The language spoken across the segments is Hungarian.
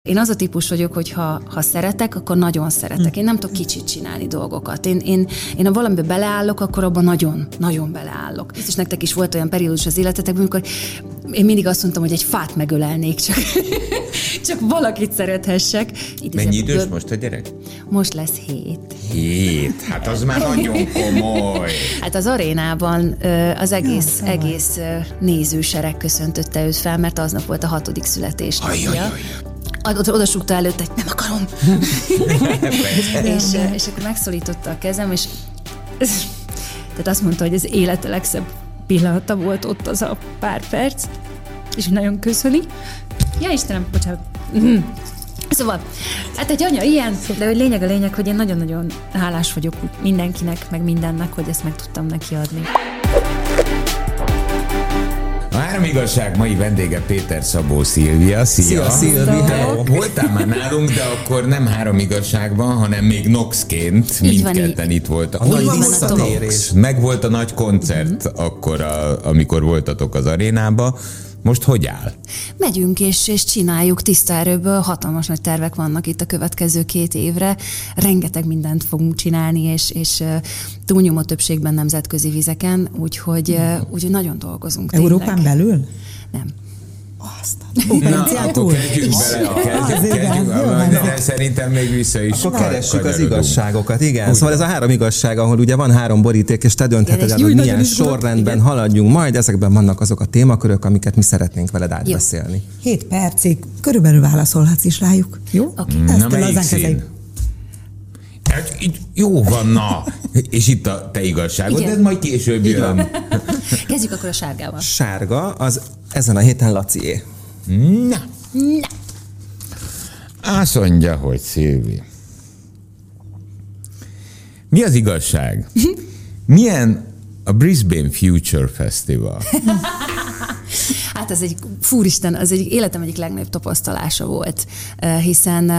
Én az a típus vagyok, hogy ha szeretek, akkor nagyon szeretek. Én nem tudok kicsit csinálni dolgokat. Én ha valamibe beleállok, akkor abban nagyon, nagyon beleállok. És nektek is volt olyan periódus az életetekben, amikor én mindig azt mondtam, hogy egy fát megölelnék, csak valakit szerethessek. Mennyi idős most a gyerek? Most lesz 7. 7? Hát az már nagyon komoly. Hát az arénában az egész nézősereg köszöntötte őt fel, mert aznap volt a 6. születésnapja. Oda súgta előtte, hogy nem akarom. és akkor megszólította a kezem, és tehát azt mondta, hogy az élete legszebb pillanata volt ott az a pár perc, és nagyon köszöni. Ja, Istenem, bocsánat. Szóval, hát egy anya ilyen, de hogy lényeg a lényeg, hogy én nagyon-nagyon hálás vagyok mindenkinek, meg mindennek, hogy ezt meg tudtam neki adni. A Három igazság mai vendége Péter Szabó Szilvia. Szia, Szilvia. Voltál már nálunk, de akkor nem Három igazságban, hanem még Noxként mindketten itt voltak. Hogy van visszatérés? Meg volt a nagy koncert akkor, amikor voltatok az arénába. Most hogy áll? Megyünk és csináljuk tiszta erőből, hatalmas nagy tervek vannak itt a következő 2 évre. Rengeteg mindent fogunk csinálni, és túlnyomó többségben nemzetközi vizeken, úgyhogy nagyon dolgozunk. Európán tényleg. Belül? Nem. Na, akkor kezdjünk bele, de szerintem még vissza is. Akkor keressük az igazságokat, igen. Úgy. Szóval ez a 3 igazság, ahol ugye van 3 boríték, és te döntheted el, hogy milyen sorrendben haladjunk majd. Ezekben vannak azok a témakörök, amiket mi szeretnénk veled átbeszélni. 7 percig körülbelül válaszolhatsz is rájuk. Jó? Okay. Na, melyik szín? Jó van, na. És itt a te igazságod, igen. De ez majd később jön. Kezdjük akkor a sárgával. Sárga, az ezen a héten Lacié. Na. Azt mondja, hogy Szilvi. Mi az igazság? Milyen a Brisbane Future Festival? Hát ez az egy életem egyik legnagyobb tapasztalása volt, hiszen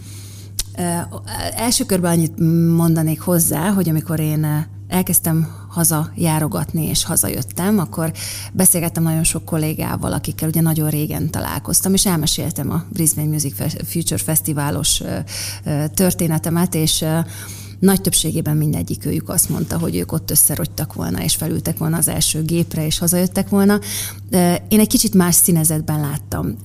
első körben annyit mondanék hozzá, hogy amikor én elkezdtem hazajárogatni, és hazajöttem, akkor beszélgettem nagyon sok kollégával, akikkel ugye nagyon régen találkoztam, és elmeséltem a Brisbane Music Future Fesztiválos történetemet, és nagy többségében mindegyikőjük azt mondta, hogy ők ott összerogytak volna, és felültek volna az első gépre, és hazajöttek volna. Én egy kicsit más színezetben láttam.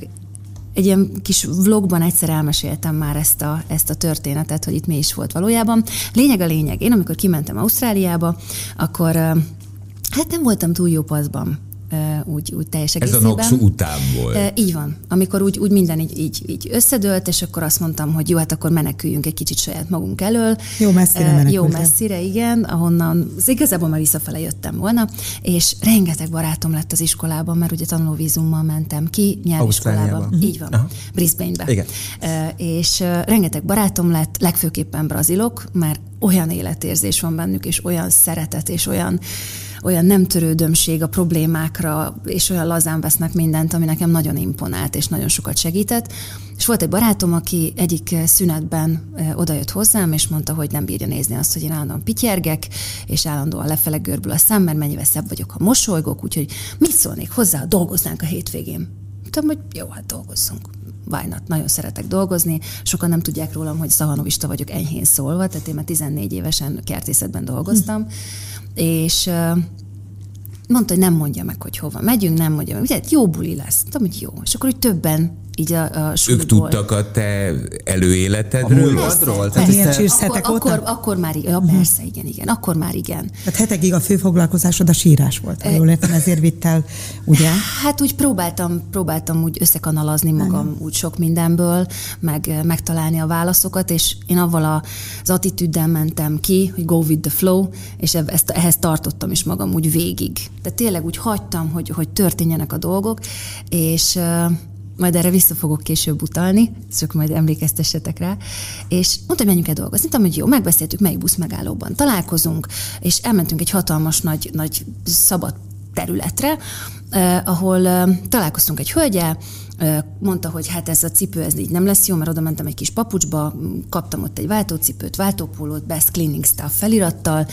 Egy ilyen kis vlogban egyszer elmeséltem már ezt a történetet, hogy itt mi is volt valójában. Lényeg a lényeg. Én amikor kimentem Ausztráliába, akkor hát nem voltam túl jó paszban. Úgy teljes egészében. Ez a NOX után volt. Így van. Amikor úgy minden így összedőlt, és akkor azt mondtam, hogy jó, hát akkor meneküljünk egy kicsit saját magunk elől. Jó messzire menekültem. Jó messzire, igen, ahonnan igazából már visszafele jöttem volna, és rengeteg barátom lett az iskolában, mert ugye tanulóvízummal mentem ki nyelviskolába. Így van. Aha. Brisbane-be. Igen. És rengeteg barátom lett, legfőképpen brazilok, mert olyan életérzés van bennük, és olyan szeretet, és olyan nem törődömség a problémákra, és olyan lazán vesznek mindent, ami nekem nagyon imponált, és nagyon sokat segített. És volt egy barátom, aki egyik szünetben odajött hozzám, és mondta, hogy nem bírja nézni azt, hogy én állandóan pityergek, és állandóan lefele görbül a szem, mert mennyivel szebb vagyok, ha mosolygok, úgyhogy mit szólnék hozzá, dolgoznánk a hétvégén. Mondtam, hogy jó, hát dolgozzunk. Why not? Nagyon szeretek dolgozni. Sokan nem tudják rólam, hogy szahanovista vagyok enyhén szólva, tehát én már 14 évesen kertészetben dolgoztam, és mondta, hogy nem mondja meg, hogy hova megyünk, nem mondja meg. Ugye, jó buli lesz. Tudom, hogy jó. És akkor úgy többen így a ők tudtak a te előéletedről? A múlvadról? Akkor már igen. Persze, igen. Akkor már igen. Tehát hetekig a fő foglalkozásod a sírás volt. Jól értem, ezért vitt el, ugye? Hát úgy próbáltam úgy összekanalazni magam úgy sok mindenből, megtalálni a válaszokat, és én avval az attitűddel mentem ki, hogy go with the flow, és ehhez tartottam is magam úgy végig. Tehát tényleg úgy hagytam, hogy történjenek a dolgok, és majd erre vissza fogok később utalni, csak majd emlékeztessetek rá, és mondtam, hogy menjünk el dolgozni. Mondtam, hogy jó, megbeszéltük, melyik buszmegállóban találkozunk, és elmentünk egy hatalmas nagy szabad területre, ahol találkoztunk egy hölgyel, mondta, hogy hát ez a cipő, ez így nem lesz jó, mert oda mentem egy kis papucsba, kaptam ott egy váltócipőt, váltópólót, Best Cleaning Staff felirattal,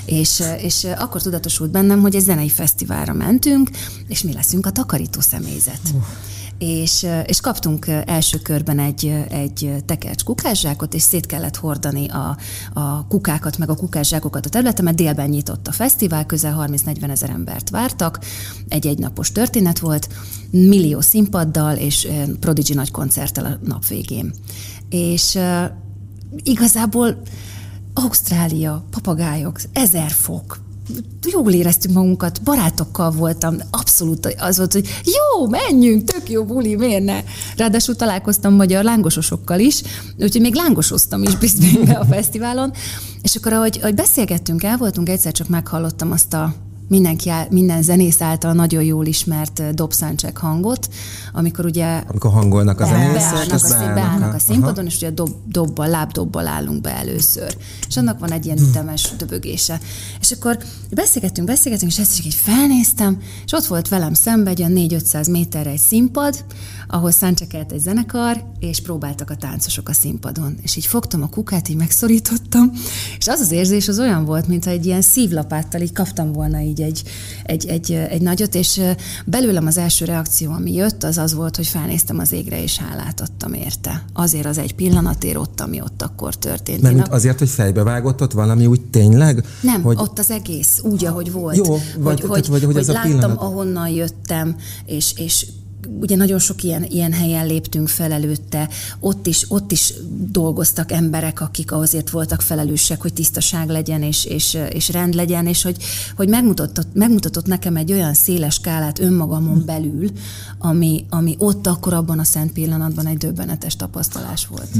és akkor tudatosult bennem, hogy egy zenei fesztiválra mentünk, és mi leszünk a takarító személyzet. és kaptunk első körben egy tekercs kukászsákot, és szét kellett hordani a kukákat, meg a kukászsákokat a területen, mert délben nyitott a fesztivál, közel 30-40 ezer embert vártak, egy egynapos történet volt, millió színpaddal, és Prodigy nagy koncerttel a nap végén. És igazából Ausztrália, papagájok, 1000 fok, jól éreztük magunkat, barátokkal voltam, abszolút az volt, hogy jó, menjünk, tök jó buli, miért ne? Ráadásul találkoztam magyar lángososokkal is, úgyhogy még lángosoztam is Brisbane-be a fesztiválon, és akkor ahogy beszélgettünk, el voltunk, egyszer csak meghallottam azt a minden zenész által nagyon jól ismert dob soundcheck hangot, amikor hangolnak a zenészek, beállnak a színpadon, és ugye lábdobbal állunk be először. És annak van egy ilyen ütemes döbögése. És akkor beszélgettünk, és ezt is így felnéztem, és ott volt velem szembe egy olyan 400-500 méterre egy színpad, ahol soundcheckelt egy zenekar, és próbáltak a táncosok a színpadon. És így fogtam a kukát, így megszorítottam, és az érzés az olyan volt, mintha egy ilyen szívlapáttal így kaptam volna így egy nagyot, és belőlem az első reakció, ami jött, az volt, hogy felnéztem az égre, és hálát adtam érte. Azért az egy pillanatért ott, ami ott akkor történt. Mert azért, hogy fejbevágott ott valami úgy tényleg? Nem, hogy... ott az egész, úgy, ahogy volt. Jó, hogy ez láttam, a pillanat. ahonnan jöttem, és ugye nagyon sok ilyen helyen léptünk fel előtte, ott is dolgoztak emberek, akik azért voltak felelősek, hogy tisztaság legyen, és rend legyen, és hogy megmutatott nekem egy olyan széles skálát önmagamon belül, ami ott akkor abban a szent pillanatban egy döbbenetes tapasztalás volt.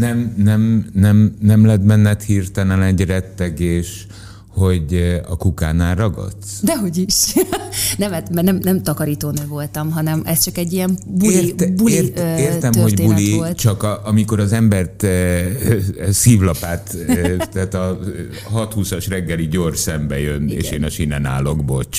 Nem lett benned hirtelen egy rettegés, hogy a kukánál ragadsz? Dehogy is. Nem takarítónő voltam, hanem ez csak egy ilyen buli értem, hogy buli, volt. Csak amikor az embert szívlapát, tehát a 6:20-as reggeli gyors szembe jön, igen. És én a sínen állok, bocs,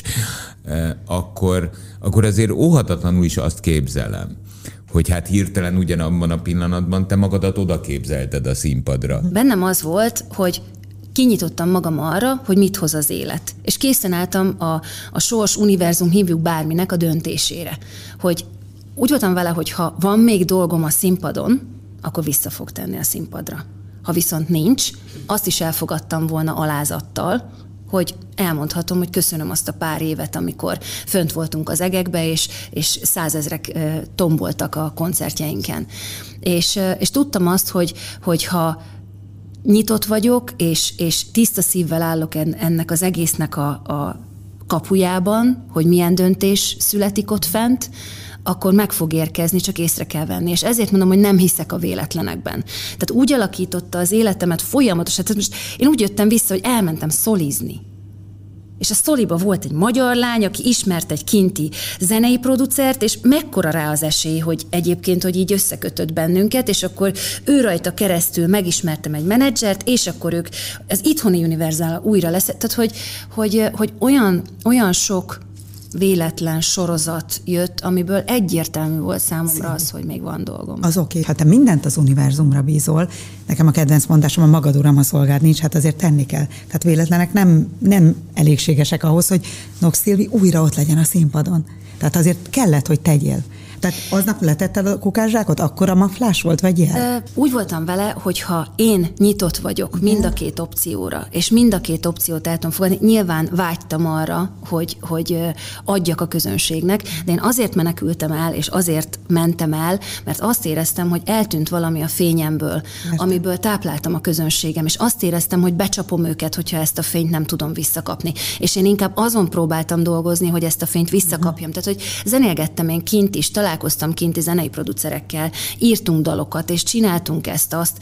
akkor azért óhatatlanul is azt képzelem, hogy hát hirtelen ugyanabban a pillanatban te magadat oda képzelted a színpadra. Bennem az volt, hogy kinyitottam magam arra, hogy mit hoz az élet. És készen álltam a sors, univerzum, hívjuk bárminek a döntésére. Hogy úgy voltam vele, hogy ha van még dolgom a színpadon, akkor vissza fog tenni a színpadra. Ha viszont nincs, azt is elfogadtam volna alázattal, hogy elmondhatom, hogy köszönöm azt a pár évet, amikor fönt voltunk az egekbe, és 100 000 tomboltak a koncertjeinken. És tudtam azt, hogy ha nyitott vagyok, és tiszta szívvel állok ennek az egésznek a kapujában, hogy milyen döntés születik ott fent, akkor meg fog érkezni, csak észre kell venni. És ezért mondom, hogy nem hiszek a véletlenekben. Tehát úgy alakította az életemet folyamatosan. Tehát most én úgy jöttem vissza, hogy elmentem szolizni. És a szoliba volt egy magyar lány, aki ismert egy kinti zenei producert, és mekkora rá az esély, hogy egyébként, hogy így összekötött bennünket, és akkor ő rajta keresztül megismertem egy menedzsert, és akkor ők az itthoni Universal újra lesz. Tehát, hogy olyan sok véletlen sorozat jött, amiből egyértelmű volt számomra az, hogy még van dolgom. Az oké. Ha te mindent az univerzumra bízol, nekem a kedvenc mondásom a magad uram, ha szolgád nincs, hát azért tenni kell. Tehát véletlenek nem elégségesek ahhoz, hogy Knox Szilvi újra ott legyen a színpadon. Tehát azért kellett, hogy tegyél. Tehát aznap letetted a kukászsákot? Akkor a maflás volt, vagy jel? Úgy voltam vele, hogyha én nyitott vagyok mind a két opcióra, és mind a két opciót el tudom fogadni, nyilván vágytam arra, hogy adjak a közönségnek, de én azért menekültem el, és azért mentem el, mert azt éreztem, hogy eltűnt valami a fényemből, amiből tápláltam a közönségem, és azt éreztem, hogy becsapom őket, hogyha ezt a fényt nem tudom visszakapni. És én inkább azon próbáltam dolgozni, hogy ezt a fényt visszakapjam. Tehát, hogy zenélgettem én kint is, találkoztam kinti zenei producerekkel, írtunk dalokat, és csináltunk ezt-azt,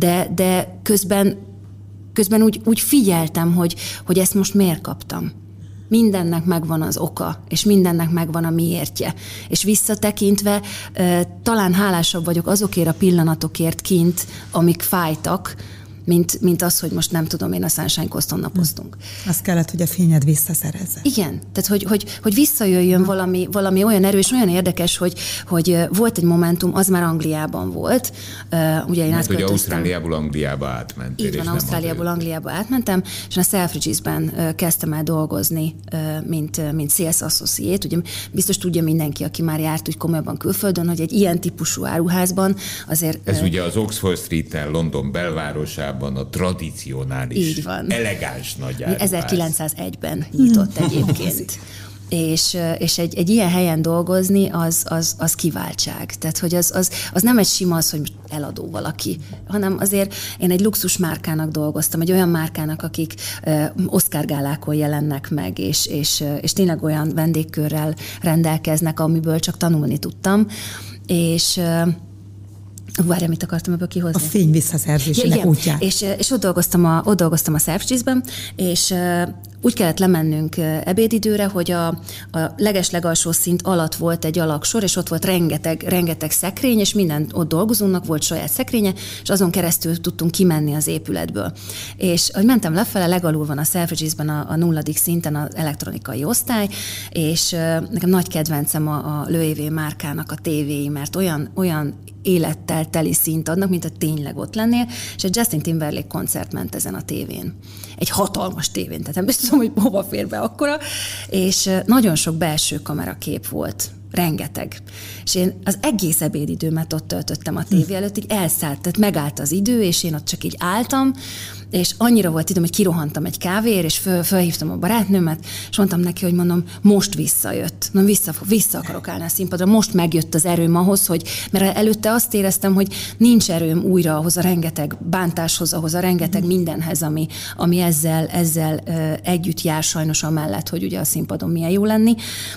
de közben úgy figyeltem, hogy ezt most miért kaptam. Mindennek megvan az oka, és mindennek megvan a miértje. És visszatekintve talán hálásabb vagyok azokért a pillanatokért kint, amik fájtak, mint az, hogy most nem tudom, én a Sunshine Coaston napoztunk. Az kellett, hogy a fényed visszaszerezze. Igen, tehát hogy visszajöjjön valami olyan erős, olyan érdekes, hogy volt egy momentum, az már Angliában volt. Ugye én hogy Ausztráliából Angliába átmentél. Így van, Ausztráliából Angliába átmentem, és a Selfridges-ben kezdtem el dolgozni, mint sales associate. Ugye biztos tudja mindenki, aki már járt úgy komolyabban külföldön, hogy egy ilyen típusú áruházban azért... Ez ugye az Oxford Street-en, London belvárosában a tradicionális, elegáns nagy áruház. 1901-ben nyitott egyébként. És egy ilyen helyen dolgozni, az kiváltság. Tehát, hogy az nem egy sima az, hogy most eladó valaki, hanem azért én egy luxus márkának dolgoztam, egy olyan márkának, akik Oscar gálákon jelennek meg, és tényleg olyan vendégkörrel rendelkeznek, amiből csak tanulni tudtam. És várjál, mit akartam ebből kihozni? A fény visszaszerzésének útját. És ott dolgoztam a Selfridges-ben, és úgy kellett lemennünk ebédidőre, hogy a legeslegalsó szint alatt volt egy alaksor, és ott volt rengeteg szekrény, és minden ott dolgozónak volt saját szekrénye, és azon keresztül tudtunk kimenni az épületből. És ahogy mentem lefele, legalul van a Selfridges-ben a 0. szinten az elektronikai osztály, és nekem nagy kedvencem a Loewe márkának a tévéi, mert olyan élettel teli szint adnak, mint a tényleg ott lennél, és egy Justin Timberlake koncert ment ezen a tévén. Egy hatalmas tévén, tehát nem tudom, hogy hova fér be akkora, és nagyon sok belső kamerakép volt. Rengeteg. És én az egész ebédidőmet ott töltöttem a tévé előtt, így elszállt, tehát megállt az idő, és én ott csak így álltam, és annyira volt időm, hogy kirohantam egy kávéért, és fölhívtam a barátnőmet, és mondtam neki, hogy mondom, most visszajött. Vissza akarok állni a színpadra, most megjött az erőm ahhoz, mert előtte azt éreztem, hogy nincs erőm újra ahhoz a rengeteg bántáshoz, ahhoz a rengeteg mindenhez, ami ezzel együtt jár sajnos amellett, hogy ugye a színpadon milyen jó lenni,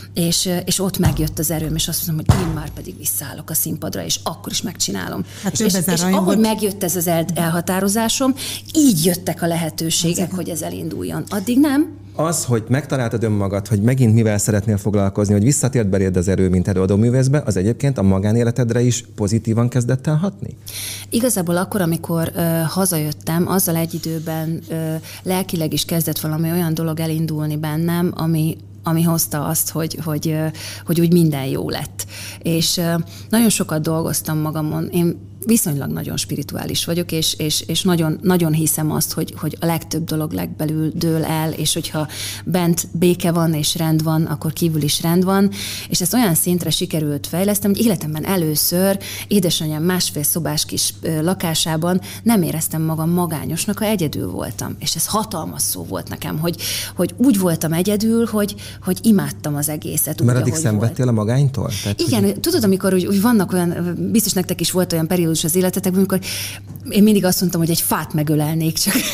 és ott megjött az erőm, és azt mondom, hogy én már pedig visszaállok a színpadra, és akkor is megcsinálom. Hát és ahogy megjött ez az elhatározásom, így jöttek a lehetőségek, hogy ez elinduljon. Addig nem. Az, hogy megtaláltad önmagad, hogy megint mivel szeretnél foglalkozni, hogy visszatért beléd az erő, mint előadóművészbe, az egyébként a magánéletedre is pozitívan kezdett el hatni? Igazából akkor, amikor hazajöttem, azzal egy időben lelkileg is kezdett valami olyan dolog elindulni bennem, ami hozta azt, hogy úgy minden jó lett. És nagyon sokat dolgoztam magamon. Én viszonylag nagyon spirituális vagyok, és nagyon, nagyon hiszem azt, hogy a legtöbb dolog legbelül dől el, és hogyha bent béke van és rend van, akkor kívül is rend van, és ezt olyan szintre sikerült fejlesztem, hogy életemben először édesanyám 1,5 szobás kis lakásában nem éreztem magam magányosnak, ha egyedül voltam. És ez hatalmas szó volt nekem, hogy úgy voltam egyedül, hogy imádtam az egészet. Mert addig szenvedtél a magánytól? Tehát, igen, tudod, amikor úgy vannak olyan, biztos nektek is volt olyan periódus az életetekben, amikor én mindig azt mondtam, hogy egy fát megölelnék,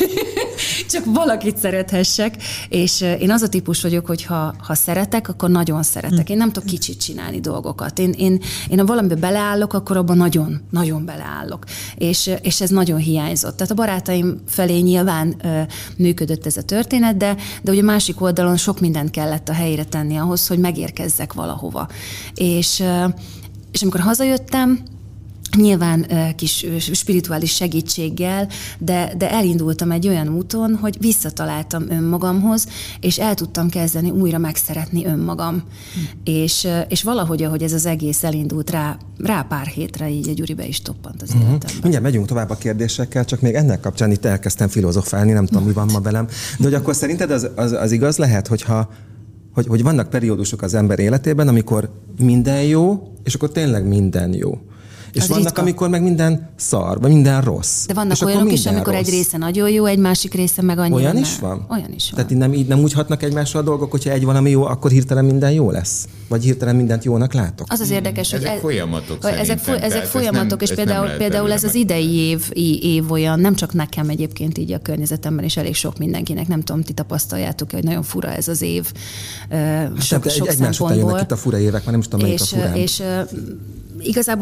csak valakit szerethessek, és én az a típus vagyok, hogy ha szeretek, akkor nagyon szeretek. Én nem tudok kicsit csinálni dolgokat. Én ha valamibe beleállok, akkor abban nagyon, nagyon beleállok. És ez nagyon hiányzott. Tehát a barátaim felé nyilván működött ez a történet, de ugye a másik oldalon sok mindent kellett a helyére tenni ahhoz, hogy megérkezzek valahova. És amikor hazajöttem, nyilván kis spirituális segítséggel, de elindultam egy olyan úton, hogy visszataláltam önmagamhoz, és el tudtam kezdeni újra megszeretni önmagam. És valahogy, ahogy ez az egész elindult rá pár hétre, így a Gyuribe is toppant az életemben. Mindjárt megyünk tovább a kérdésekkel, csak még ennek kapcsán itt elkezdtem filozofálni, nem tudom, mi van ma velem. De hogy akkor szerinted az igaz lehet, hogy vannak periódusok az ember életében, amikor minden jó, és akkor tényleg minden jó. És az vannak, ritka. Amikor meg minden szar, vagy minden rossz. De vannak olyanok is, amikor rossz. Egy része nagyon jó, egy másik része meg annyira Olyan is van? Olyan is van. Tehát így nem úgy hatnak egymással a dolgok, hogyha egy valami jó, akkor hirtelen minden jó lesz? Vagy hirtelen mindent jónak látok? Az érdekes, hogy... Ezek folyamatok ezek folyamatok, és például ez az idei év olyan, nem csak nekem egyébként így a környezetemben is elég sok mindenkinek, nem tudom, ti tapasztaljátok, hogy nagyon fura ez az év sok egymás után jönnek itt a fura évek, már nem is tudom, melyik a furán. És igazából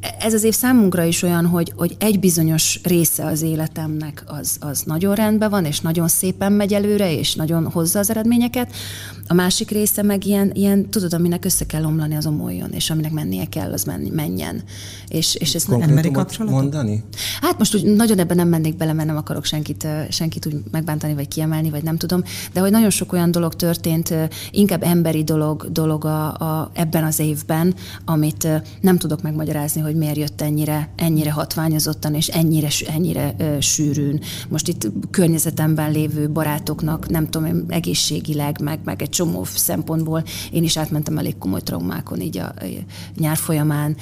ez az év számunkra is olyan, hogy egy bizonyos része az életemnek az nagyon rendben van, és nagyon szépen megy előre, és nagyon hozza az eredményeket. A másik része meg ilyen tudod, aminek össze kell omlani, az omoljon, és aminek mennie kell, az menjen. És ez emberi kapcsolatot mondani? Hát most úgy nagyon ebben nem mennék bele, mert nem akarok senkit úgy megbántani, vagy kiemelni, vagy nem tudom, de hogy nagyon sok olyan dolog történt, inkább emberi dolog ebben az évben, amit nem tudok megmagyarázni, hogy miért jött ennyire hatványozottan, és ennyire sűrűn. Most itt környezetemben lévő barátoknak, nem tudom, egészségileg, meg egy csomó szempontból én is átmentem elég komoly traumákon így a nyár folyamán,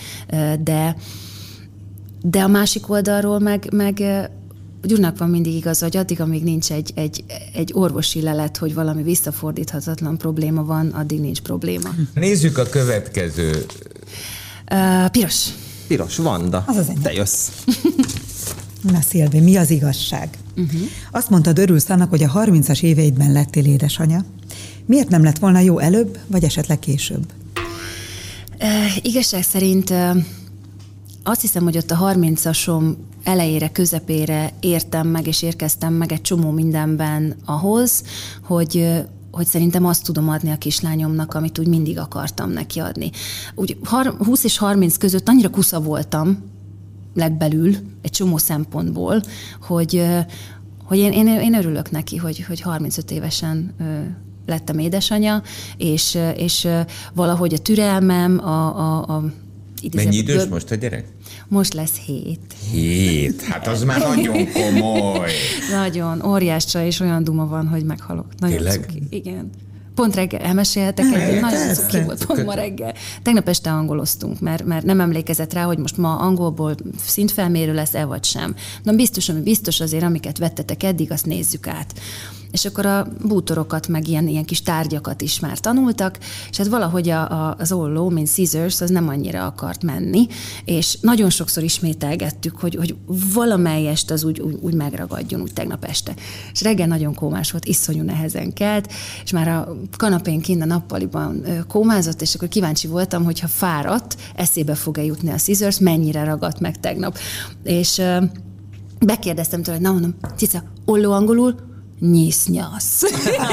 de a másik oldalról meg Gyurnak van mindig igaz, hogy addig, amíg nincs egy orvosi lelet, hogy valami visszafordíthatatlan probléma van, addig nincs probléma. Nézzük a következő. Piros. Piros, Vanda. Te jössz. Na Szilvi, mi az igazság? Azt mondtad, örülsz annak, hogy a 30-as éveidben lettél édesanya. Miért nem lett volna jó előbb, vagy esetleg később? Igazság szerint azt hiszem, hogy ott a 30-asom elejére, közepére értem meg, és érkeztem meg egy csomó mindenben ahhoz, hogy szerintem azt tudom adni a kislányomnak, amit úgy mindig akartam neki adni. Úgy 20 és 30 között annyira kusza voltam, legbelül, egy csomó szempontból, hogy én örülök neki, hogy 35 évesen lettem édesanya, és valahogy a türelmem, Mennyi idős most a gyerek? Most lesz 7. 7? Hát az már nagyon komoly. Nagyon, óriásra, és olyan duma van, hogy meghalok. Nagyon tényleg? Cuki. Igen. Pont reggel elmesélhetek egy, nagyon cuki volt pont ma reggel. Tegnap este angoloztunk, mert nem emlékezett rá, hogy most ma angolból szintfelmérő lesz-e vagy sem. Na biztos, ami biztos azért, amiket vettetek eddig, azt nézzük át. És akkor a bútorokat, meg ilyen kis tárgyakat is már tanultak, és hát valahogy az olló, mint scissors, az nem annyira akart menni, és nagyon sokszor ismételgettük, hogy valamelyest az úgy megragadjon, úgy tegnap este. És reggel nagyon kómás volt, iszonyú nehezen kelt, és már a kanapén kint a nappaliban kómázott, és akkor kíváncsi voltam, hogyha fáradt, eszébe fog-e jutni a scissors, mennyire ragadt meg tegnap. És bekérdeztem tőle, hogy na mondom, cica, olló angolul? Nyisz-nyasz.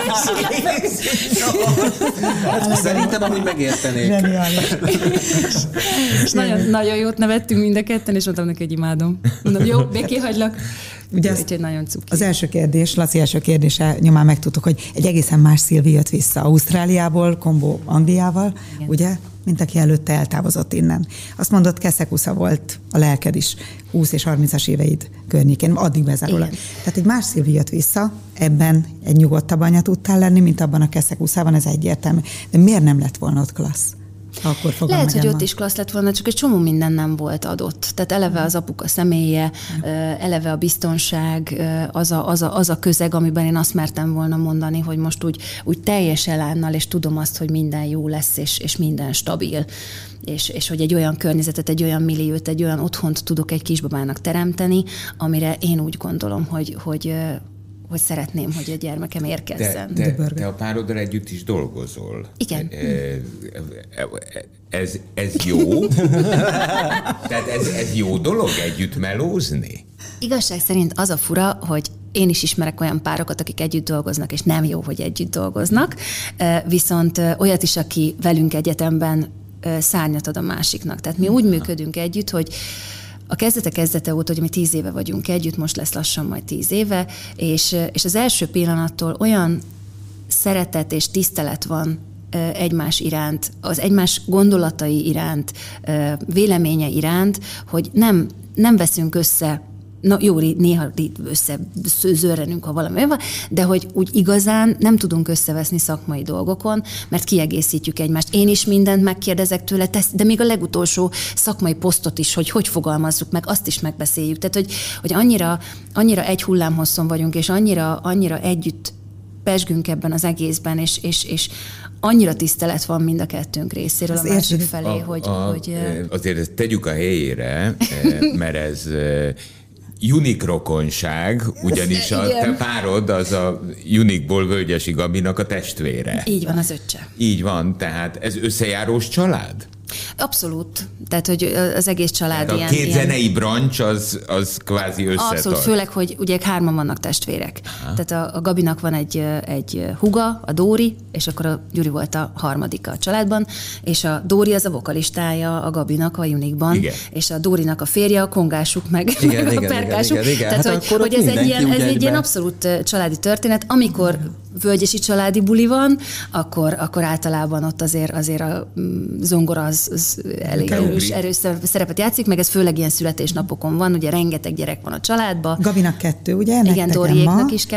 Szerintem amúgy megértenék. És nagyon jót nevettünk mind a ketten, és mondtam neki, hogy imádom. Mondom, jó, béké hagylak. Ugye nagyon cuki. Az első kérdés, Laci első kérdése nyomán megtudtuk, hogy egy egészen más Szilvi jött vissza Ausztráliából, kombó Angliával, igen. Ugye? Mint aki előtte eltávozott innen. Azt mondott, keszekusza volt a lelked is 20 és 30-as éveid környékén, addig bezárólag. Tehát egy más Szilvi jött vissza, ebben egy nyugodtabb anya tudtál lenni, mint abban a keszekuszában, ez egyértelmű. De miért nem lett volna ott klassz? Akkor lehet, hogy ott is klassz lett volna, csak egy csomó minden nem volt adott. Tehát eleve az apuka személye, eleve a biztonság, az a közeg, amiben én azt mertem volna mondani, hogy most úgy teljes elánnal, és tudom azt, hogy minden jó lesz, és minden stabil. És hogy egy olyan környezetet, egy olyan milliót, egy olyan otthont tudok egy kisbabának teremteni, amire én úgy gondolom, hogy szeretném, hogy a gyermekem érkezzen. Te a pároddal együtt is dolgozol. Igen. Ez jó? Tehát ez jó dolog együtt melózni? Igazság szerint az a fura, hogy én is ismerek olyan párokat, akik együtt dolgoznak, és nem jó, hogy együtt dolgoznak, viszont olyat is, aki velünk egyetemben szárnyat ad a másiknak. Tehát mi úgy működünk együtt, hogy a kezdete óta, hogy mi 10 éve vagyunk együtt, most lesz lassan majd 10 éve, és az első pillanattól olyan szeretet és tisztelet van egymás iránt, az egymás gondolatai iránt, véleménye iránt, hogy nem veszünk össze, jó, néha összezörrenünk, ha valami van, de hogy úgy igazán nem tudunk összeveszni szakmai dolgokon, mert kiegészítjük egymást. Én is mindent megkérdezek tőle, de még a legutolsó szakmai posztot is, hogy fogalmazzuk meg, azt is megbeszéljük. Tehát, hogy annyira egy hullámhosszon vagyunk, és annyira együtt pezsgünk ebben az egészben, és annyira tisztelet van mind a kettőnk részéről a másik felé, hogy... Azért ezt tegyük a helyére, mert ez... Unik rokonság, ugyanis a te párod az a Unikból Völgyesi Gabinak a testvére. Így van, az öccse. Így van, tehát ez összejárós család? Abszolút. Tehát, hogy az egész család ilyen... A két zenei brancs az kvázi összetart. Abszolút, főleg, hogy ugye 3 vannak testvérek. Aha. Tehát a Gabinak van egy húga, a Dóri, és akkor a Gyuri volt a harmadika a családban, és a Dóri az a vokalistája a Gabinak a Unique-ban, igen. És a Dórinak a férje a kongásuk, meg a perkásuk. Igen. Tehát, hát hogy ez egy ilyen abszolút családi történet, amikor völgyesi családi buli van, akkor általában ott azért a zongora az elég erős szerepet játszik, meg ez főleg ilyen születésnapokon van, ugye rengeteg gyerek van a családban. Gabinak 2, ugye? Igen, Doriéknak is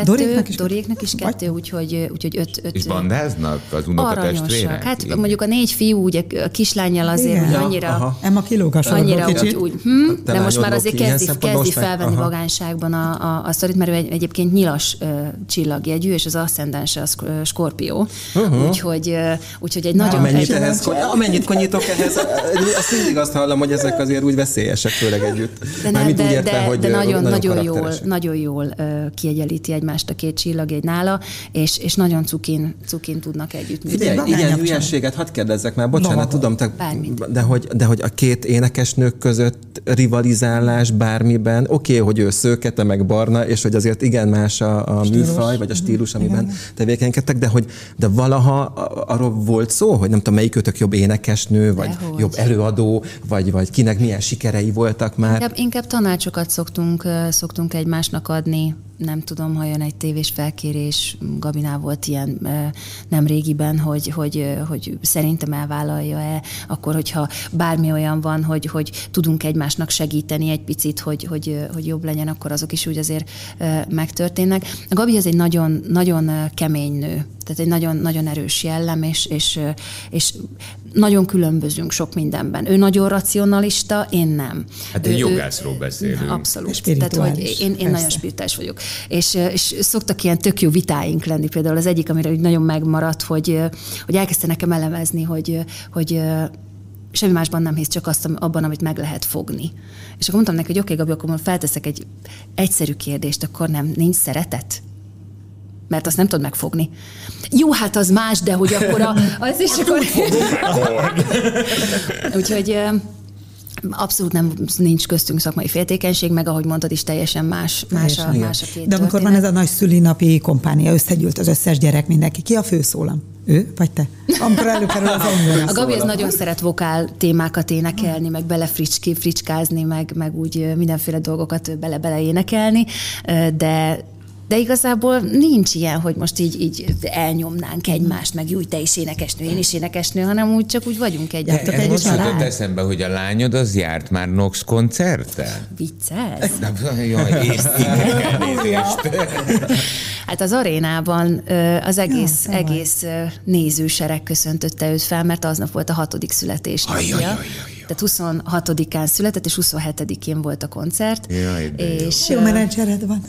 2, úgyhogy 5. És bandáznak az unokatestvérek? Hát mondjuk a 4 fiú, ugye a kislánnyal azért, hogy annyira... Emma kilóg a sorból kicsit. De most már azért kezdi felvenni vagánságban a sztorit, mert ő egyébként nyilas csillagjegyű, és az aszcendense az Skorpió. Úgyhogy egy nagyon... Amennyit konyítok ehhez, azt mindig azt hallom, hogy ezek azért úgy veszélyesek, főleg együtt. De nagyon jól kiegyenlíti egymást a 2 csillagjegy nála, és nagyon cukin tudnak együtt működni. Figyelj, ilyen hülyeséget hadd kérdezzek már, bocsánat, tudom, de hogy a 2 énekesnők között rivalizálás bármiben, oké, hogy ő szőke, te meg barna, és hogy azért igen más a műfaj, vagy a stílus, amiben tevékenykedtek, de valaha arról volt szó, hogy nem tudom, melyikőtök jobb énekesnő, vagy jobb előadó, vagy kinek milyen sikerei voltak már. Inkább tanácsokat szoktunk egymásnak adni. Nem tudom, ha jön egy tévés felkérés, Gabinál volt ilyen nem régiben, hogy szerintem elvállalja-e, akkor, hogyha bármi olyan van, hogy tudunk egymásnak segíteni egy picit, hogy jobb legyen, akkor azok is úgy azért megtörténnek. A Gabi az egy nagyon, nagyon kemény nő, tehát egy nagyon, nagyon erős jellem, és nagyon különbözünk sok mindenben. Ő nagyon racionalista, én nem. Hát egy jogászról beszélünk. Abszolút. Tehát, hogy én nagyon spirituális vagyok. És szoktak ilyen tök jó vitáink lenni. Például az egyik, amire úgy nagyon megmaradt, hogy elkezdte nekem elemezni, hogy semmi másban nem hisz, csak abban, amit meg lehet fogni. És akkor mondtam neki, hogy oké, Gabi, akkor felteszek egy egyszerű kérdést, akkor nincs szeretet? Mert azt nem tudod megfogni. Jó, hát az más, de hogy akkor az is akkor... Úgyhogy abszolút nincs köztünk szakmai féltékenység, meg ahogy mondtad is, teljesen más a 2 De amikor történet. van ez a nagy szülinapi kompánia, összegyűlt az összes gyerek, mindenki. Ki a főszólam? Ő vagy te? Amikor előkerül az zongora. A Gabi az nagyon szeret vokál témákat énekelni, meg belefricskázni, meg úgy mindenféle dolgokat bele énekelni, de igazából nincs ilyen, hogy most így elnyomnánk egymást, meg úgy te is énekesnő, én is énekesnő, hanem úgy csak úgy vagyunk egyáltalán. Ez most jutott eszembe, hogy a lányod az járt már Nox koncerten? Vicces? Jaj, elnézést. Hát az arénában az egész nézősereg köszöntötte őt fel, mert aznap volt a 6. születésnapja. Tehát 26-án született, és 27-én volt a koncert. Jó menedzsered van.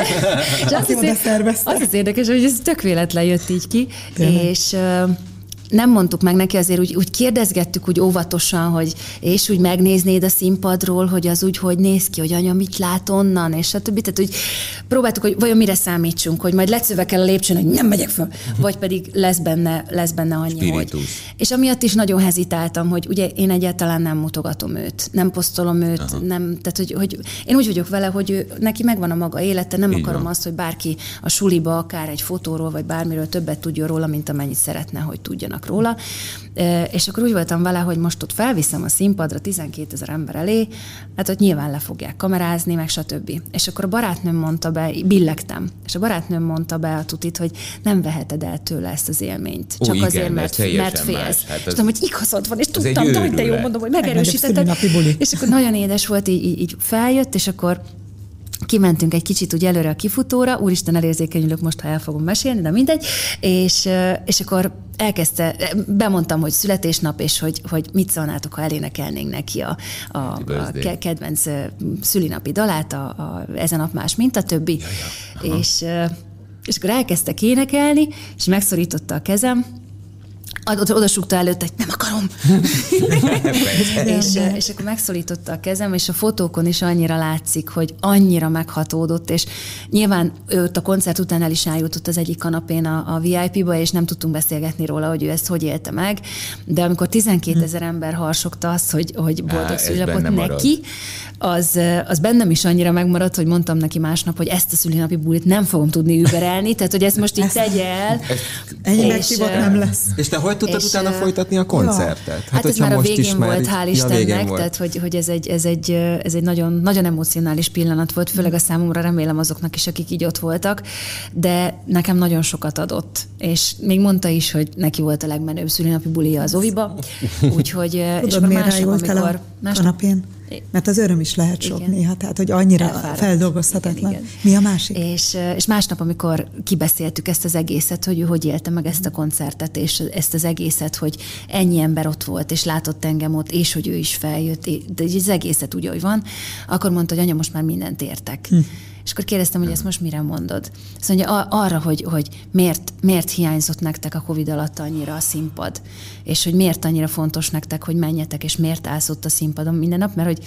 Az érdekes, hogy ez tök véletlen jött így ki. És nem mondtuk meg neki, azért úgy kérdezgettük úgy óvatosan, hogy és úgy megnéznéd a színpadról, hogy az úgy hogy néz ki, hogy anya mit lát onnan, és stb. Tehát úgy próbáltuk, hogy vajon mire számítsunk, hogy majd lecövekel a lépcsőn, hogy nem megyek föl, vagy pedig lesz benne annyi, spiritus. hogy... És amiatt is nagyon hezitáltam, hogy ugye én egyáltalán nem mutogatom őt, nem posztolom őt, nem, tehát hogy én úgy vagyok vele, hogy neki megvan a maga élete, nem így akarom azt, hogy bárki a suliba akár egy fotóról, vagy bármiről többet tudjon róla, mint amennyit szeretne, hogy tudjanak róla. És akkor úgy voltam vele, hogy most ott felviszem a színpadra 12 000 ember elé, hát ott nyilván le fogják kamerázni, meg stb. És akkor a barátnőm mondta be, billegtem, és a barátnőm mondta be a tutit, hogy nem veheted el tőle ezt az élményt. Csak igen, azért, mert félsz. Hát és tudom, hogy igazad van, és tudtam, hogy te jó mondom, hogy megerősítetted. És akkor nagyon édes volt, így feljött, és akkor kimentünk egy kicsit úgy előre a kifutóra, úristen, elérzékenyülök most, ha el fogom mesélni, de mindegy, és akkor bemondtam, hogy születésnap, és hogy mit szólnátok, ha elénekelnénk neki a kedvenc szülinapi dalát, ezen nap más, mint a többi. És akkor elkezdtek énekelni, és megszorította a kezem, oda súgta előtt, hogy nem akarom. és akkor megszólította a kezem, és a fotókon is annyira látszik, hogy annyira meghatódott, és nyilván ott a koncert után el is eljutott az egyik kanapén a VIP-ba, és nem tudtunk beszélgetni róla, hogy ő ezt hogy élte meg, de amikor 12 000 ember harsogta azt, hogy boldog szülinapot neki, az bennem is annyira megmaradt, hogy mondtam neki másnap, hogy ezt a szülinapi bulit nem fogom tudni überelni, tehát hogy ezt most így tegye el. Ennyi meghívott nem lesz. És te hogy tudtad utána folytatni a koncertet? Hát ez már a végén volt, hál' Istennek, tehát hogy ez egy nagyon, nagyon emocionális pillanat volt, főleg a számomra, remélem azoknak is, akik így ott voltak, de nekem nagyon sokat adott. És még mondta is, hogy neki volt a legmenőbb szülinapi bulija az Oviba, úgyhogy... Tudod, és akkor másnap, amikor... kanapén? Mert az öröm is lehet sok néha, tehát hogy annyira feldolgozhatatlan. Igen. Mi a másik? És másnap, amikor kibeszéltük ezt az egészet, hogy ő hogy élte meg ezt a koncertet, és ezt az egészet, hogy ennyi ember ott volt, és látott engem ott, és hogy ő is feljött, de az egészet úgy, hogy van, akkor mondta, hogy anya, most már mindent értek. És akkor kérdeztem, hogy ezt most mire mondod? Azt mondja, arra, hogy miért hiányzott nektek a Covid alatt annyira a színpad, és hogy miért annyira fontos nektek, hogy menjetek, és miért állsz ott a színpadon minden nap, mert hogy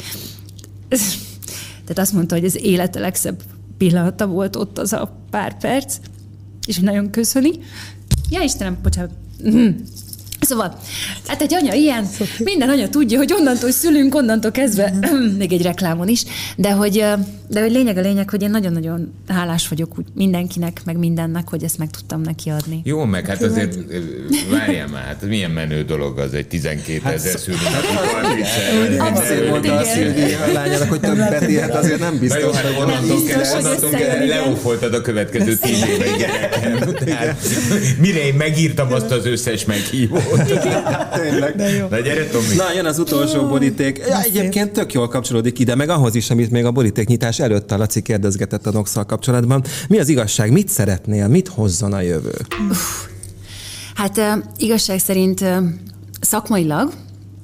tehát azt mondta, hogy az élete legszebb pillanata volt ott az a pár perc, és nagyon köszöni. Ja, Istenem, bocsánat. Szóval, hát egy anya ilyen, minden anya tudja, hogy onnantól szülünk, onnantól kezdve, még egy reklámon is, de hogy lényeg a lényeg, hogy én nagyon-nagyon hálás vagyok úgy mindenkinek, meg mindennek, hogy ezt meg tudtam neki adni. Jó, meg hát azért várjál már, hát milyen menő dolog az egy 12 000 szülőnapi. Abszolút mondta a Szilvi a lányának, hogy többet ilyet azért nem biztos, hogy onnantól kell leófoltad a következő 10 éve gyerekem. Mire én megírtam azt az összes meghívót. Tényleg. Na gyere, Tomi. Na, jön az utolsó boríték. Ja, egyébként tök jól kapcsolódik ide, meg ahhoz is, amit még a borítéknyitás előtt a Laci kérdezgetett a Nox-szal kapcsolatban. Mi az igazság? Mit szeretnél? Mit hozzon a jövő? Hát igazság szerint szakmailag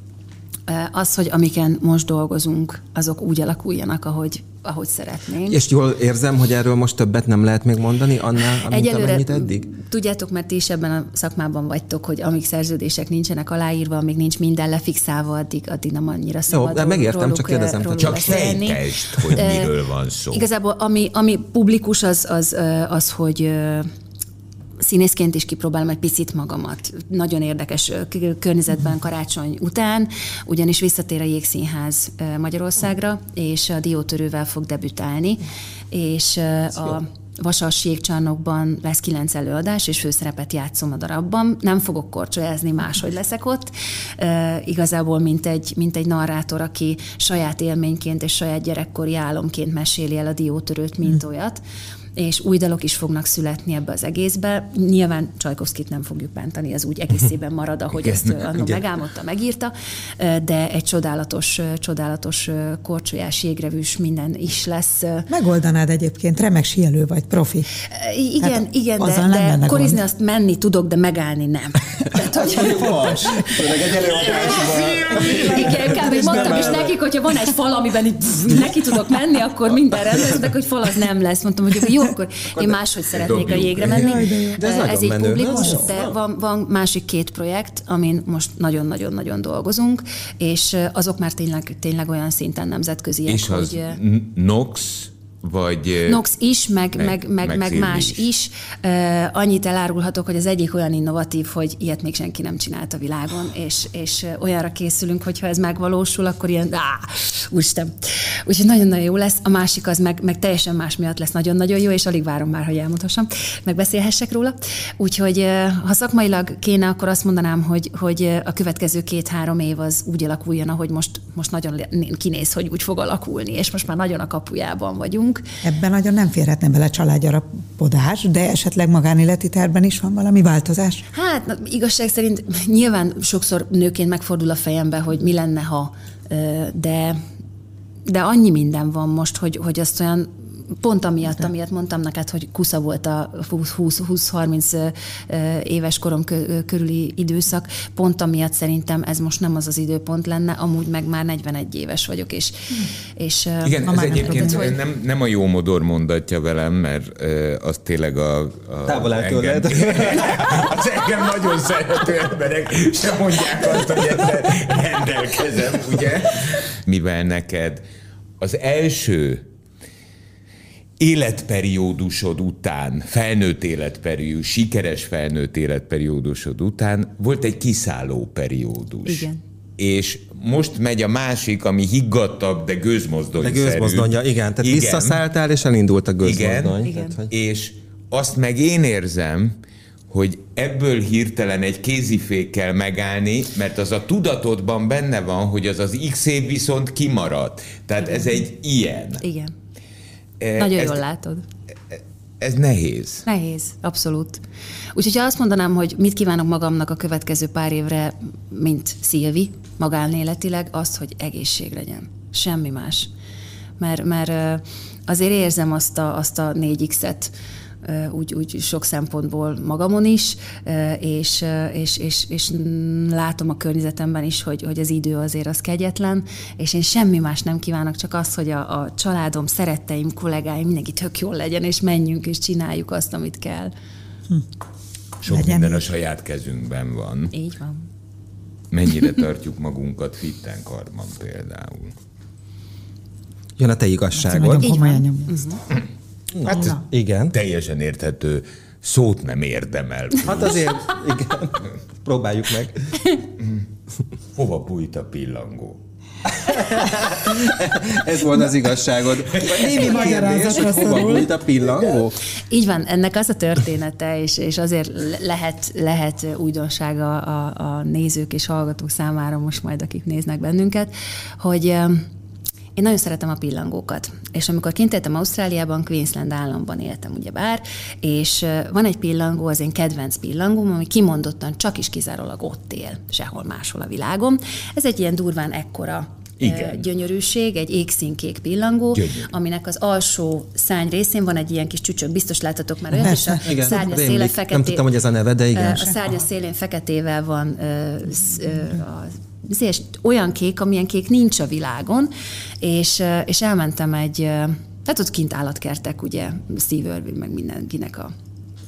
az, hogy amiken most dolgozunk, azok úgy alakuljanak, ahogy szeretnénk. És jól érzem, hogy erről most többet nem lehet még mondani annál, amennyit eddig? Tudjátok, mert ti is ebben a szakmában vagytok, hogy amíg szerződések nincsenek aláírva, amíg nincs minden lefixálva, addig nem annyira szabad. Jó, de megértem, csak kérdezem. Csak sejtesd, hogy miről van szó. Igazából ami publikus, az hogy színészként is kipróbálom egy picit magamat. Nagyon érdekes környezetben karácsony után, ugyanis visszatér a Jégszínház Magyarországra, és a Diótörővel fog debütálni, és a Vasas Jégcsarnokban lesz 9 előadás, és főszerepet játszom a darabban. Nem fogok korcsolyázni, máshogy leszek ott. Igazából mint egy narrátor, aki saját élményként és saját gyerekkori álomként meséli el a Diótörőt, mint olyat. És új dalok is fognak születni ebbe az egészbe. Nyilván Csajkovszkit nem fogjuk bántani, az úgy egészében marad, ahogy ezt annó megálmodta, megírta, de egy csodálatos korcsolyás, jégrevűs minden is lesz. Megoldanád egyébként, remek síelő vagy, profi. Igen, de korizni azt menni tudok, de megállni nem. Igen, kb. Mondtam is nekik, hogyha van egy fal, amiben neki tudok menni, akkor minden rendben, hogy fal az nem lesz. Mondtam, hogy jó, akkor én máshogy szeretnék a jégre menni. Ez így publikus, de van másik 2 projekt, amin most nagyon-nagyon-nagyon dolgozunk, és azok már tényleg olyan szinten nemzetköziek, és hogy... És az Nox, vagy... Nox is, meg más is. Annyit elárulhatok, hogy az egyik olyan innovatív, hogy ilyet még senki nem csinált a világon, és olyanra készülünk, hogyha ez megvalósul, akkor ilyen, úristen. Úgyhogy nagyon-nagyon jó lesz. A másik az meg teljesen más miatt lesz nagyon-nagyon jó, és alig várom már, hogy elmondhassam, megbeszélhessek róla. Úgyhogy ha szakmailag kéne, akkor azt mondanám, hogy a következő 2-3 év az úgy alakuljon, ahogy most nagyon kinéz, hogy úgy fog alakulni, és most már nagyon a kapujában vagyunk. Ebben nagyon nem férhetne bele családgyarapodás, de esetleg magánéleti tervben is van valami változás? Hát igazság szerint nyilván sokszor nőként megfordul a fejembe, hogy mi lenne, ha, de annyi minden van most, hogy azt olyan pont amiatt mondtam neked, hogy kusza volt a 20-30 éves korom körüli időszak, pont amiatt szerintem ez most nem az időpont lenne, amúgy meg már 41 éves vagyok, és igen, ez egyébként nem a jó modor mondatja velem, mert az tényleg a távol áll tőled. Az engem nagyon szerető emberek sem mondják azt, hogy ezzel rendelkezem, ugye? Mivel neked az első életperiódusod után, sikeres felnőtt életperiódusod után volt egy kiszálló periódus. Igen. És most megy a másik, ami higgadtabb, de gőzmozdonyszerű. De gőzmozdonja, igen. Tehát visszaszálltál, és elindult a gőzmozdony. Igen. Tehát, és azt meg én érzem, hogy ebből hirtelen egy kézifékkel megállni, mert az a tudatodban benne van, hogy az az X év viszont kimaradt. Tehát igen. Ez egy ilyen. Igen. Nagyon jól látod. Ez nehéz. Nehéz, abszolút. Úgyhogy ha azt mondanám, hogy mit kívánok magamnak a következő pár évre, mint Szilvi, magánéletileg, azt, hogy egészség legyen. Semmi más. Mert azért érzem azt a 4X-et, úgy sok szempontból magamon is, és látom a környezetemben is, hogy az idő azért az kegyetlen, és én semmi más nem kívánok, csak azt, hogy a családom, szeretteim, kollégáim, mindenki tök jól legyen, és menjünk, és csináljuk azt, amit kell. Sok legyen minden a saját kezünkben van. Így van. Mennyire tartjuk magunkat fitten karban például? Jön a te igazságod. Így van. Hát igen. Teljesen érthető, szót nem érdemel. Hát azért, igen. Próbáljuk meg. Hova bújt a pillangó? Ez volt az igazságod. Némi magyarázatra szorul. Hova bújt a pillangó? Így van, ennek az a története, és azért lehet újdonság a nézők és hallgatók számára most majd, akik néznek bennünket, hogy én nagyon szeretem a pillangókat, és amikor kint éltem Ausztráliában, Queensland államban éltem ugyebár, és van egy pillangó, az én kedvenc pillangóm, ami kimondottan csak is kizárólag ott él, sehol máshol a világon. Ez egy ilyen durván ekkora gyönyörűség, egy égszínkék pillangó, aminek az alsó szárny részén van egy ilyen kis csücsök, biztos láttatok már olyat, és a szárnya széle fekete. Nem tudtam, hogy ez a neve, de igen. A szárnya szélén feketével van olyan kék, amilyen kék nincs a világon, és elmentem tehát ott kint állatkertek, ugye, Steve Irwin, meg mindenkinek a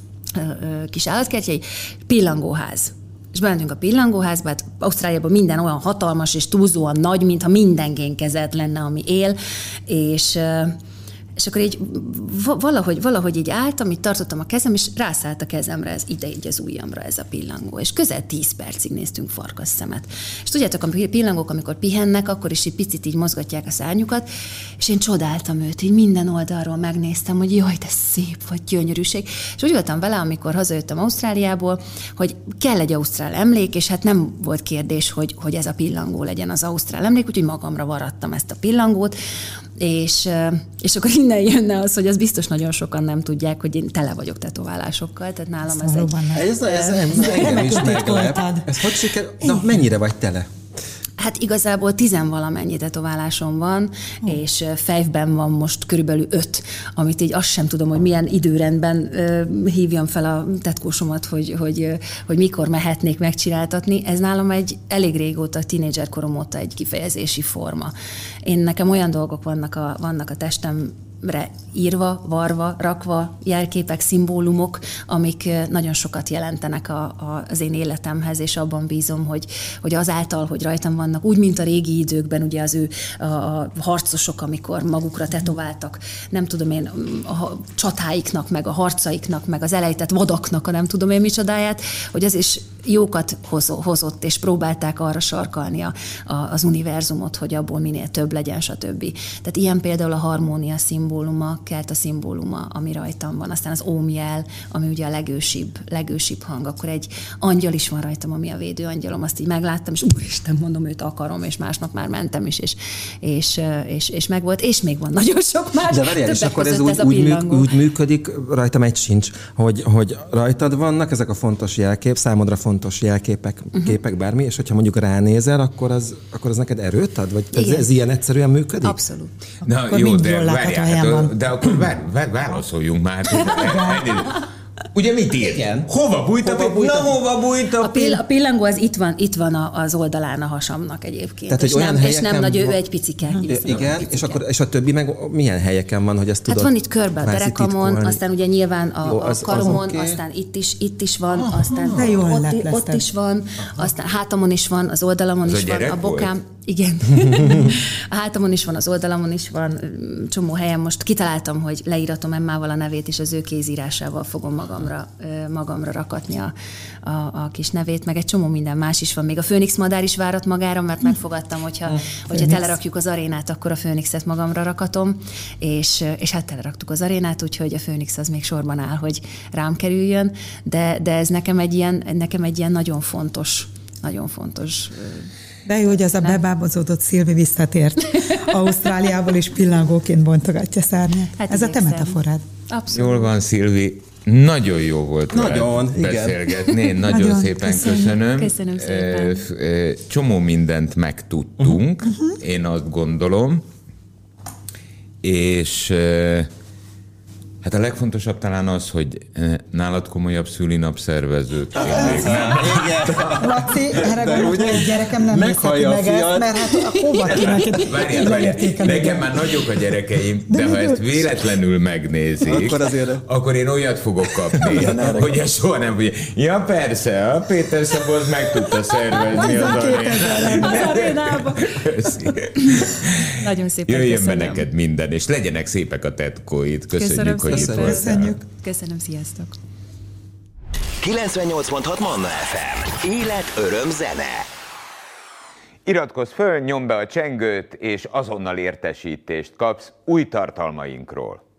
kis állatkertjei, pillangóház. És bementünk a pillangóházba, hát Ausztráliában minden olyan hatalmas és túlzóan nagy, mintha minden génkezelt lenne, ami él, és akkor így valahogy így álltam, így tartottam a kezem, és rászállt a kezemre, ez ide így az ujjamra ez a pillangó. És közel 10 percig néztünk farkasszemet. És tudjátok, a pillangók, amikor pihennek, akkor is egy picit így mozgatják a szárnyukat, és én csodáltam őt, így minden oldalról megnéztem, hogy jaj, de szép vagy, gyönyörűség. És úgy voltam vele, amikor hazajöttem Ausztráliából, hogy kell egy ausztrál emlék, és hát nem volt kérdés, hogy ez a pillangó legyen az ausztrál emlék, úgyhogy magamra varadtam ezt a pillangót, és akkor innen jönne az, hogy az biztos nagyon sokan nem tudják, hogy én tele vagyok tetoválásokkal, tehát nálam ez engem is meglep. Ez hogy sikerül? Na, mennyire vagy tele? Hát igazából 10-valamennyi tetoválásom van, és fejben van most körülbelül 5, amit így azt sem tudom, hogy milyen időrendben hívjam fel a tetkósomat, hogy mikor mehetnék megcsináltatni. Ez nálam egy elég régóta, tínédzser korom óta egy kifejezési forma. Nekem olyan dolgok vannak a testemre írva, varva, rakva, jelképek, szimbólumok, amik nagyon sokat jelentenek az én életemhez, és abban bízom, hogy azáltal, hogy rajtam vannak, úgy, mint a régi időkben, ugye az a harcosok, amikor magukra tetováltak, nem tudom én, a csatáiknak, meg a harcaiknak, meg az elejtett vadaknak, a nem tudom én micsodáját, hogy az is jókat hozott, és próbálták arra sarkalni az univerzumot, hogy abból minél több legyen, stb. Tehát ilyen például a harmónia szimbóluma, kelta szimbóluma, ami rajtam van, aztán az ómjel, ami ugye a legősibb hang, akkor egy angyal is van rajtam, ami a védőangyalom, azt így megláttam, és úristen, mondom, őt akarom, és másnap már mentem is, és megvolt, és még van nagyon sok más. De várjál, és akkor ez úgy működik, rajtam egy sincs, hogy rajtad vannak ezek a fontos jelkép, számodra fontos jelképek, képek, bármi, és hogyha mondjuk ránézel, akkor az neked erőt ad? Vagy ez ilyen egyszerűen működik? Abszolút. Na jó, de várjál, helyen van. De akkor válaszoljunk már. Ugye mit ír? Igen. Hova bújt a A pillangó az itt van az oldalán a hasamnak egyébként. Tehát, és nem nagy, ő egy picike. Igen, és a többi meg milyen helyeken van, hogy ezt tudod? Hát van itt körbe a derekamon, aztán ugye nyilván a karomon, aztán itt is van, aztán ott is van, aztán hátamon is van, az oldalamon is van, a bokám. Igen. A hátamon is van, az oldalamon is van, csomó helyen. Most kitaláltam, hogy leíratom Emmával a nevét, és az ő kézírásával fogom magamra rakatni a kis nevét, meg egy csomó minden más is van. Még a Főnix madár is várat magára, mert megfogadtam, hogyha telerakjuk az arénát, akkor a Főnixet magamra rakatom, és hát teleraktuk az arénát, úgyhogy a Főnix az még sorban áll, hogy rám kerüljön, de ez nekem egy ilyen nagyon fontos De jó, hogy az a bebábozódott Szilvi visszatért Ausztráliából, is pillangóként bontogatja szárnyát. Hát ez a te metaforád. Abszolút. Jól van, Szilvi. Nagyon jó volt beszélgetni. Nagyon szépen köszönöm. Köszönöm szépen. Csomó mindent megtudtunk, én azt gondolom. És hát a legfontosabb talán az, hogy nálad komolyabb szülinapszervezőt én még nem. Laci, erre gondolom, hogy egy gyerekem nem nézheti meg ezt, mert hát a hova Várjál, nekem már nagyok a gyerekeim, de ha ezt véletlenül megnézik, akkor én olyat fogok kapni, hogy ezt soha nem fogja. Ja persze, a Péter Szabolcs meg tudta szervezni az arénába. Nagyon szépen jöjjön be neked minden, és legyenek szépek a tetkóid. Köszönjük, hogy itt voltál. Köszönöm, sziasztok. 98.6 Manna FM. Élet, öröm, zene. Iratkozz föl, nyomd be a csengőt, és azonnal értesítést kapsz új tartalmainkról.